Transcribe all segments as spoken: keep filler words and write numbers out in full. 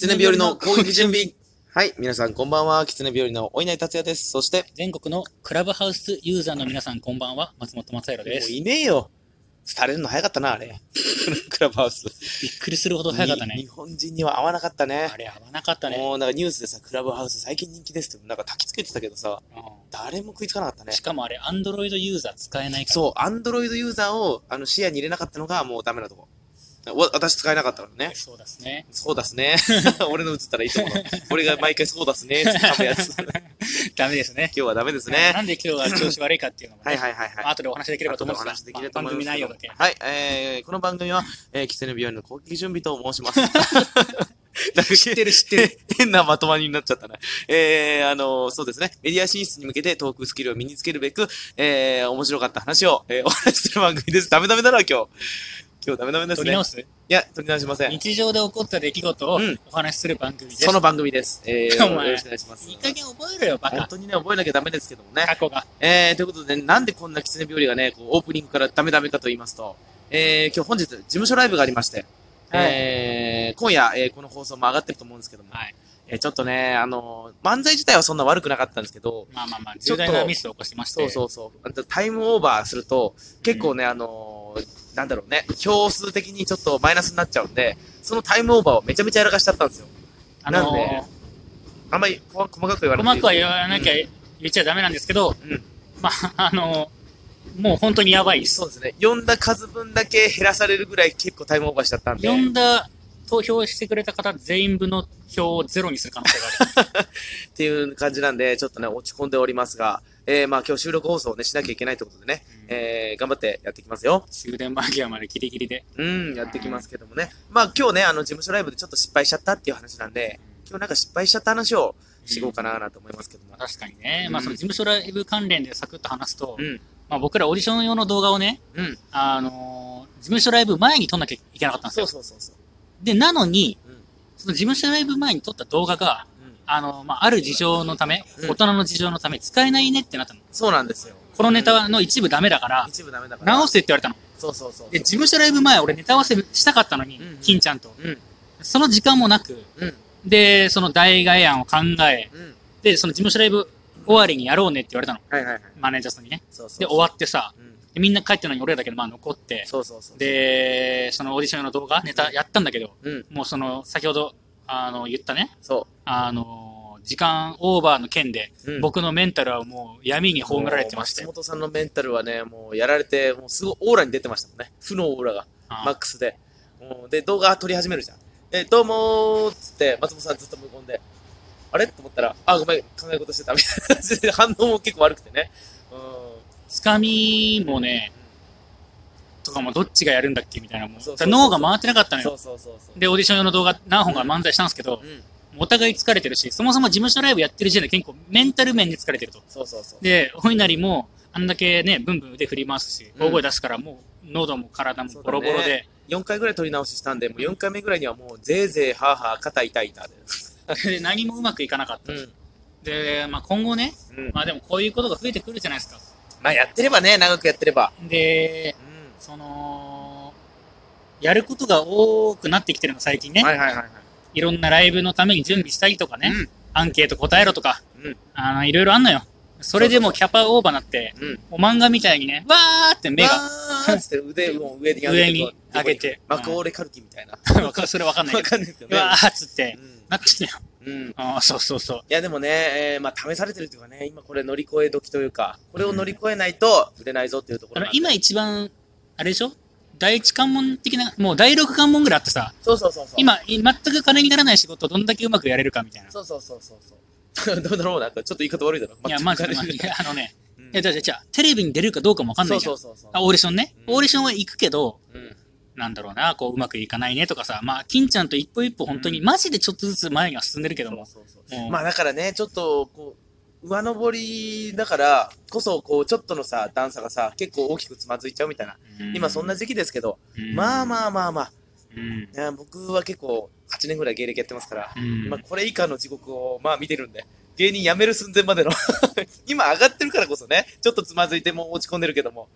狐日和の攻撃準備。はい、皆さんこんばんは。狐日和のお稲荷達也です。そして、 全国のクラブハウスユーザーの皆さんこんばんは。松本正弘です。 もういねえよ。廃れるの早かったな、あれ。クラブハウス。 びっくりするほど早かったね。 日本人には合わなかったね。 あれ合わなかったね。 もうなんかニュースでさ、クラブハウス最近人気ですって、なんか焚きつけてたけどさ、うん、誰も食いつかなかったね。 しかもあれ、アンドロイドユーザー使えないから。 そう、アンドロイドユーザーをあの視野に入れなかったのがもうダメなとこ。私使えなかったからね。 そうですね。 そうですね。俺の映ったらいいと思う。俺が毎回そうですねって噛むやつ。 ダメですね。 今日はダメですね。 なんで今日は調子悪いかっていうのも、ね、 はいはいはいはい。 後でお話できればと思います。まあ、番組内容だけ。 はい、えー、この番組は、えー、狐日和の攻撃準備と申します。 知ってる知ってる。 変なまとまりになっちゃったな。えー、あのー、そうですね。メディア進出に向けてトークスキルを身につけるべく、えー、面白かった話を、えー、お話しする番組です。ダメダメだな、今日。今日ダメダメですね。 取り直す？いや、取り直しません。 日常で起こった出来事をお話しする番組です。 その番組です。えー、 お前よろしくお願いします。 いい加減覚えろよ、バカ。 本当にね、覚えなきゃダメですけどもね。 過去が。 えー、ということで、なんでこんな狐日和がね、こうオープニングからダメダメかと言いますと、えー、今日本日、事務所ライブがありまして、はい、えー、今夜、えー、この放送も上がってると思うんですけども、はい、えー、ちょっとね、あのー、漫才自体はそんな悪くなかったんですけど、 まあまあまあ、重大なミスを起こしてまして。 そうそうそう。タイムオーバーすると、結構ね、うん、あのー、なんだろうね、票数的にちょっとマイナスになっちゃうんで、そのタイムオーバーをめちゃめちゃやらかしちゃったんですよ。あのー、なんで、あんまり細かく言わなくていい。 細かくは言わなきゃ、うん、言っちゃダメなんですけど、うん、まあ、あのー、もう本当にやばいです。 そうですね。読んだ数分だけ減らされるぐらい結構タイムオーバーしちゃったんで。 読んだ、投票してくれた方全員分の票をゼロにする可能性がある。 っていう感じなんで、ちょっとね、落ち込んでおりますが、えー、まあ今日収録放送をね、しなきゃいけないということでね、うん、えー、頑張ってやっていきますよ。 終電間際までギリギリで。 うん、やっていきますけどもね。まあ今日ね、あの、事務所ライブでちょっと失敗しちゃったっていう話なんで、今日なんか失敗しちゃった話をしようかなと思いますけども。 うん、確かにね。うん、まあその事務所ライブ関連でサクッと話すと、うん、まあ僕らオーディション用の動画をね、うん、あのー、事務所ライブ前に撮んなきゃいけなかったんですよ。 そうそうそうそう。 で、なのに、うん、その事務所ライブ前に撮った動画が、あの、まあ、ある事情のため、うん、大人の事情のため使えないねってなったの。 そうなんですよ。 このネタの一部ダメだから、 一部ダメだから。 直せって言われたの。 そうそうそうそう。 で、事務所ライブ前俺ネタ合わせしたかったのに、うんうん、金ちゃんと、うん。その時間もなく、うん、で、その代替案を考え、うん、で、その事務所ライブ終わりにやろうねって言われたの。はいはいはい。マネージャーさんにね。そうそうそう。で、終わってさ、うん、でみんな帰ってるのに俺らだけまあ残って、そうそうそう。で、そのオーディション用の動画、ネタやったんだけど、うん、もうその、先ほど、あの、言ったね。そう。あの、時間オーバーの件で、うん、僕のメンタルはもう闇に葬られてまして。 松本さんのメンタルはね、もうやられて、もうすごいオーラに出てましたもんね。負のオーラが、ああマックスで。もうで、動画撮り始めるじゃん。で、どうもーっつって、松本さんずっと無言で、あれと思ったら、あ、ごめん、考え事してたみたいな感じで、反応も結構悪くてね。 うん。つかみもね、とかもどっちがやるんだっけみたいなもう。脳が回ってなかったのよ。そうそうそうそう。で、オーディション用の動画何本か漫才したんですけど、うんうんお互い疲れてるし、そもそも事務所ライブやってる時点で結構メンタル面で疲れてると。そうそうそう。で、お稲荷もあんだけね、ブンブン腕振り回すし、大声出すからもう喉も体もボロボロで、ね。 よんかいぐらい撮り直ししたんで、もうよんかいめぐらいにはもうぜいぜいはーはー肩痛い痛で。何もうまくいかなかった。うん、で、まあ今後ね、うん、まあでもこういうことが増えてくるじゃないですか。 まあやってればね、長くやってれば。 で、うん、その、やることが多くなってきてるの最近ね。はいはいはい、はい。いろんなライブのために準備したりとかね、うん、アンケート答えろとか、うん、あの、いろいろあんのよ。それでもキャパオーバーになって、うん、もう漫画みたいにね、わーって目が、 わーって腕を上に上げて、 上に上げて、 マコーレカルキみたいな。 それわかんないけど。 わかんないですけどね。 わーっつって、うん、なってきたよ。うん。ああ、そうそうそう。 いやでもね、えー、まあ試されてるというかね、今これ乗り越え時というか、これを乗り越えないと売れないぞっていうところなんで。 今一番、あれでしょ第一関門的な、もう第六関門ぐらいあってさ、 そうそうそうそう。 今、全く金にならない仕事をどんだけうまくやれるかみたいな。 そうそうそうそうそう。どうだろうな、ちょっと言い方悪いだろ。 いや、まじ、まじ、あのね、うん、いや、じゃあ、じゃあ、テレビに出れるかどうかもわかんないじゃん。そうそうそうそう。オーディションね。うん、オーディションは行くけど、うん、なんだろうな、こう、うまくいかないねとかさ、まあ、金ちゃんと一歩一歩本当に、うん、マジでちょっとずつ前には進んでるけども。そうそうそう。 まあ、だからね、ちょっと、こう、上登りだからこそ、こう、ちょっとのさ、段差がさ、結構大きくつまずいちゃうみたいな。今そんな時期ですけど、まあまあまあまあ。うん、いや僕は結構はちねんぐらい芸歴やってますから、今これ以下の地獄をまあ見てるんで、芸人辞める寸前までの今上がってるからこそね、ちょっとつまずいても落ち込んでるけども、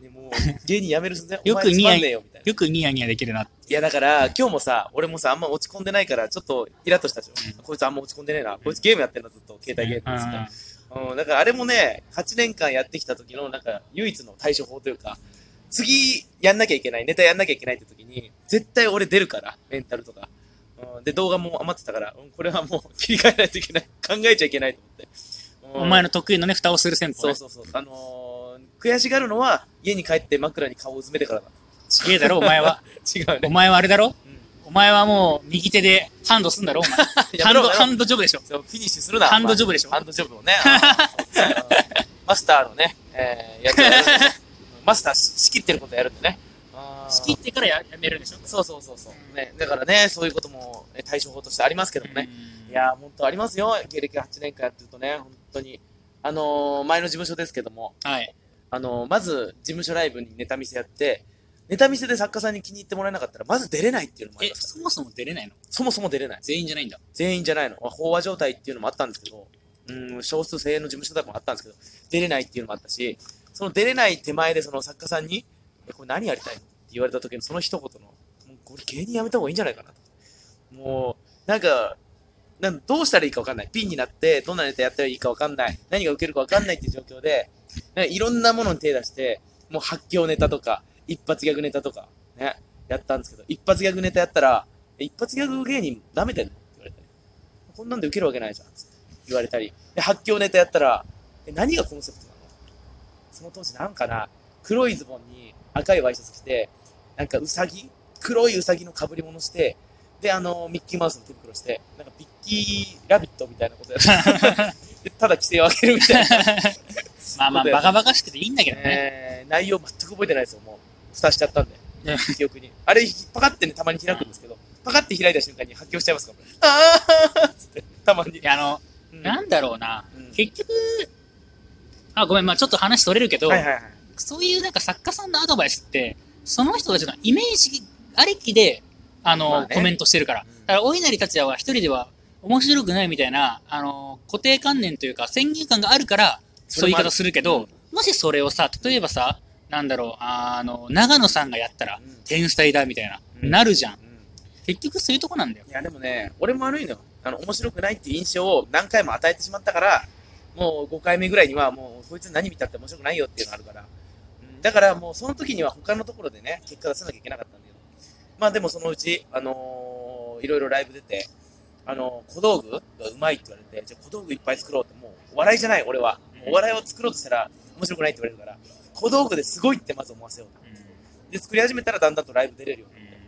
でもう、芸人辞める寸前、 よくニヤニヤ、 よよくニヤニヤできるな。 いや、だから、今日もさ、俺もさ、あんま落ち込んでないから、ちょっとイラッとしたでしょ。うん、こいつあんま落ち込んでねえな。こいつゲームやってんだ、ずっと。携帯ゲームっつって。うん、だからあれもね、はちねんかんやってきた時の、なんか、唯一の対処法というか、次、やんなきゃいけない、ネタやんなきゃいけないって時に、絶対俺出るから、メンタルとか。うん、で、動画も余ってたから、うん、これはもう切り替えないといけない。考えちゃいけないと思って。 うん、お前の得意のね、蓋をする戦法、 ね。そうそうそう。あのー、悔しがるのは、家に帰って枕に顔をうずめてからだ。 ちげえだろ、お前は。 違うね。 お前はあれだろ、うん、お前はもう、右手でハンドすんだろ、お前。ハンド、ハンドジョブでしょ。 フィニッシュするな。 ハンドジョブでしょ。 ハンドジョブをね。マスターのね、えー、やつをやるんでね。マスター仕切ってることやるんでね。 仕切ってから や, やめるんでしょ。 そうそうそうそう、うん、ね。だからね、そういうことも、ね、対処法としてありますけどもね。いやー、ほんとありますよ。芸歴はちねんかんやってるとね、本当に。あのー、前の事務所ですけども。 はい。 あのー、まず、事務所ライブにネタ見せやって、ネタ見せで作家さんに気に入ってもらえなかったら、まず出れないっていうのもあります。 え、そもそも出れないの？ そもそも出れない。 全員じゃないんだ。 全員じゃないの。飽和状態っていうのもあったんですけど、うん、少数精鋭の事務所でもあったんですけど、出れないっていうのもあったし、その出れない手前でその作家さんに、え、これ何やりたいのって言われた時のその一言の、もうこれ芸人やめた方がいいんじゃないかなと。もう、なんか、なんどうしたらいいか分かんない。ピンになって、どんなネタやったらいいか分かんない。何が受けるか分かんないっていう状況で、いろんなものに手出して、もう発狂ネタとか、一発ギャグネタとか、ね、やったんですけど、一発ギャグネタやったら、一発ギャグ芸人舐めてんのって言われて、こんなんで受けるわけないじゃんって言われたり、で発狂ネタやったら、え、何がコンセプトなの？その当時なんかな、黒いズボンに赤いワイシャツ着て、なんかウサギ黒いウサギの被り物して、で、あの、ミッキーマウスの手袋して、なんかビッキーラビットみたいなことやってただ規制を上げるみたいな。 まあまあ、バカバカしくていいんだけどね。 えー、内容全く覚えてないですよ、もう。蓋しちゃったんで。記憶に。あれ、パカってね、たまに開くんですけど、パカって開いた瞬間に発狂しちゃいますから、あーっつって、たまに。 いや、あの、うん、なんだろうな、うん、結局、あ、ごめん、まあちょっと話取れるけど、はいはいはい、そういうなんか作家さんのアドバイスって、その人たちのイメージありきで、あの、まあね、コメントしてるから。だから、お稲荷達也は一人では面白くないみたいな、あの、固定観念というか、先入観があるから、そういう言い方するけど、うん、もしそれをさ、例えばさ、なんだろう、あの、長野さんがやったら、うん、天才だみたいな、うん、なるじゃん、うん。結局そういうとこなんだよ。 いや、でもね、俺も悪いのよ。あの、面白くないっていう印象を何回も与えてしまったから、もうごかいめぐらいには、もう、こいつ何見たって面白くないよっていうのがあるから。うん、だからもう、その時には他のところでね、結果出さなきゃいけなかったんだけど。まあでもそのうち、あのー、いろいろライブ出て、あのー、小道具がうまいって言われて、じゃあ小道具いっぱい作ろうって、もう、お笑いじゃない、俺は。お笑いを作ろうとしたら、面白くないって言われるから、小道具ですごいってまず思わせようと。うん、で、作り始めたらだんだんとライブ出れるようになって。うん、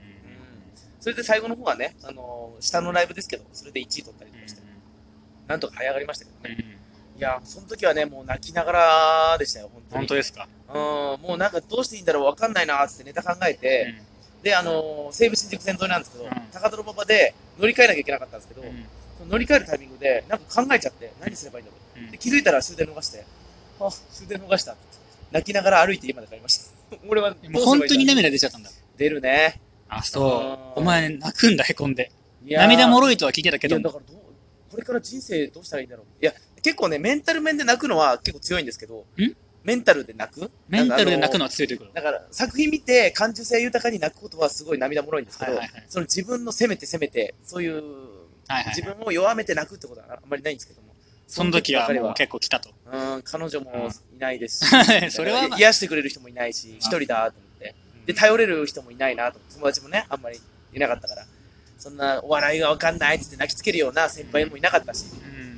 それで最後の方はね、あのー、下のライブですけど、それでいちい取ったりとかして、なんとか這い上がりましたけどね。いや、その時はね、もう泣きながらでしたよ、本当に。 本当ですか？ うん、もうなんかどうしていいんだろう、わかんないなーってネタ考えて、うん、で、あのー、西武新宿線沿いなんですけど、うん、高田馬場で乗り換えなきゃいけなかったんですけど、うん、その乗り換えるタイミングで、なんか考えちゃって、何すればいいんだろう。うん、で気づいたら終電逃して、あ、終電逃したって。泣きながら歩いて家まで帰りました。俺はどうすればいいんだろう。 もう本当に涙出ちゃったんだ。 出るね。 あ、そう。お前泣くんだ、へこんで。涙もろいとは聞いてたけど。 いや、だからどう、これから人生どうしたらいいんだろう。いや、結構ね、メンタル面で泣くのは結構強いんですけど、んメンタルで泣くメンタルで泣くのは強いということ。 だから、作品見て感受性豊かに泣くことはすごい涙もろいんですけど、はいはいはい、その自分の責めて責めて、そういう、はいはいはい、自分を弱めて泣くってことはあんまりないんですけども。 その時はもう結構来たと。 うん、彼女もいないですし、 それは、 まあ、癒してくれる人もいないし、一人だと思って。で、頼れる人もいないなと。友達もね、あんまりいなかったから。そんなお笑いがわかんないって泣きつけるような先輩もいなかったし。うんうん、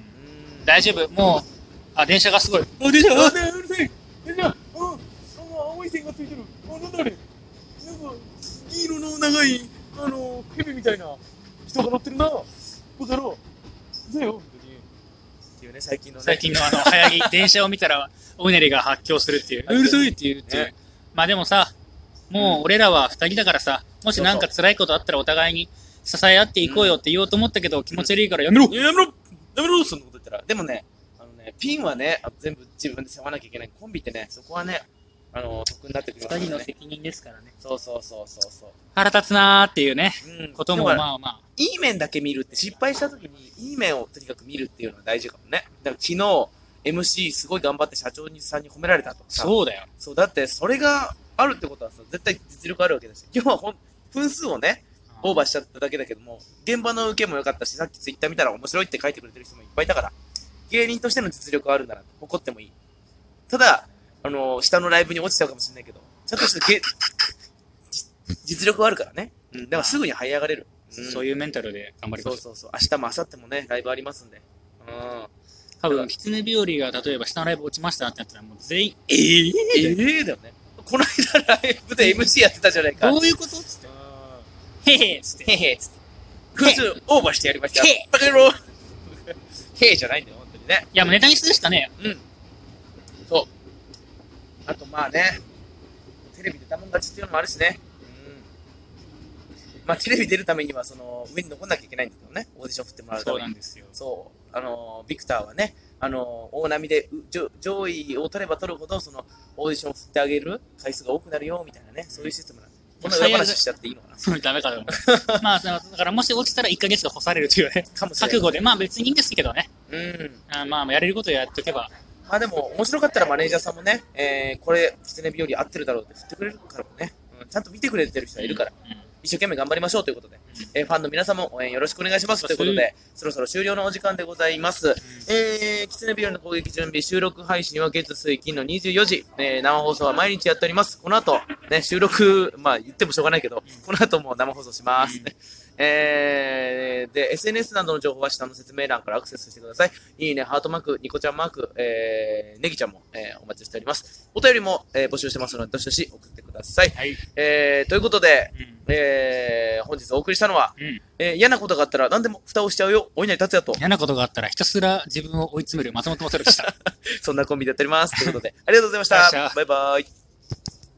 大丈夫。もう、あ、電車がすごい。あ、電車が、 あ、うるせえ。電車、あ、青い線がついてる。あ、なんだあれ。なんか、銀色の長い、あの、蛇みたいな人が乗ってるな。バカ野郎。だよ、本当に。っていうね、最近のね。 最近のあの、早着、電車を見たら、おねりが発狂するっていう。うるさいっていうっていう。ね、まあでもさ、もう俺らは二人だからさ、もしなんか辛いことあったらお互いに支え合っていこうよって言おうと思ったけど、気持ち悪いからやめろ、 やめろやめろそんなこと言ったら。でもね、あのね、ピンはね、全部自分で背負わなきゃいけない。コンビってね、そこはね、あの、得になってくるからね。 二人の責任ですからね。 そうそうそうそうそう。 腹立つなーっていうね、うん、こともまあまあ。 いい面だけ見るって、失敗した時にいい面をとにかく見るっていうのが大事かもね。だから昨日、 エムシー すごい頑張って社長にさんに褒められたとかさ。 そうだよ。 そう、だってそれがあるってことはさ、絶対実力あるわけですよ。今日はほん、分数をね、オーバーしちゃっただけだけども、現場の受けも良かったし、さっきツイッター見たら面白いって書いてくれてる人もいっぱいいたから、芸人としての実力があるなら誇ってもいい。ただ、あのー、下のライブに落ちちゃうかもしれないけど、ちゃんとしたけ実力はあるからね。うん。だからすぐに這い上がれる。 うん、そういうメンタルで頑張ります。 そうそうそう。明日も明後日もね、ライブありますんで。うん。 多分、キツネ日和が例えば下のライブ落ちましたってなったらもう全員、えぇ、 えー、えー、だよね。この間ライブで エムシー やってたじゃないか。 どういうことつって。へへつって。 へへつって。分数オーバーしてやりました。へへバカ野郎へへじゃないんだよ、本当にね。 いや、もうネタにするしかねえよ。うん。そう。あとまあね、テレビ出たもん勝ちっていうのもあるしね。うん。まあテレビ出るためにはその上に残んなきゃいけないんだけどね。オーディション振ってもらうために。 そうなんですよ。 そう。あのー、ビクターはね、あのー、大波で上位を取れば取るほど、そのオーディションを振ってあげる回数が多くなるよみたいなね、そういうシステムなんで。こんな裏話しちゃっていいのかな。 そう、ダメかと思う。まあ、だからもし落ちたらいっかげつで干されるというね、覚悟で、まあ別にいいんですけどね。うん。あまあ、やれることやっとけば。 まあでも、面白かったらマネージャーさんもね、えー、これ、キツネ日和合ってるだろうって振ってくれるからもね、うん、ちゃんと見てくれてる人がいるから、うんうん、一生懸命頑張りましょうということで、うん、えー、ファンの皆さんも応援よろしくお願いしますということで、そろそろ終了のお時間でございます。うん、えー、キツネ日和の攻撃準備、収録配信は月水金のにじゅうよじ、えー、生放送は毎日やっております。この後、ね、収録、まあ言ってもしょうがないけど、この後も生放送します。うんえー、で、エスエヌエス などの情報は下の説明欄からアクセスしてください。いいね、ハートマーク、ニコちゃんマーク、えー、ネギちゃんも、えー、お待ちしております。お便りも、えー、募集してますので、どしどし送ってください。はい。えー、ということで、うん、えー、本日お送りしたのは、うん、えー、嫌なことがあったら何でも蓋をしちゃうよ、お稲荷達也と。 嫌なことがあったらひたすら自分を追い詰める松本正でした。 そんなコンビでやっております。ということで、ありがとうございました。バイバイ。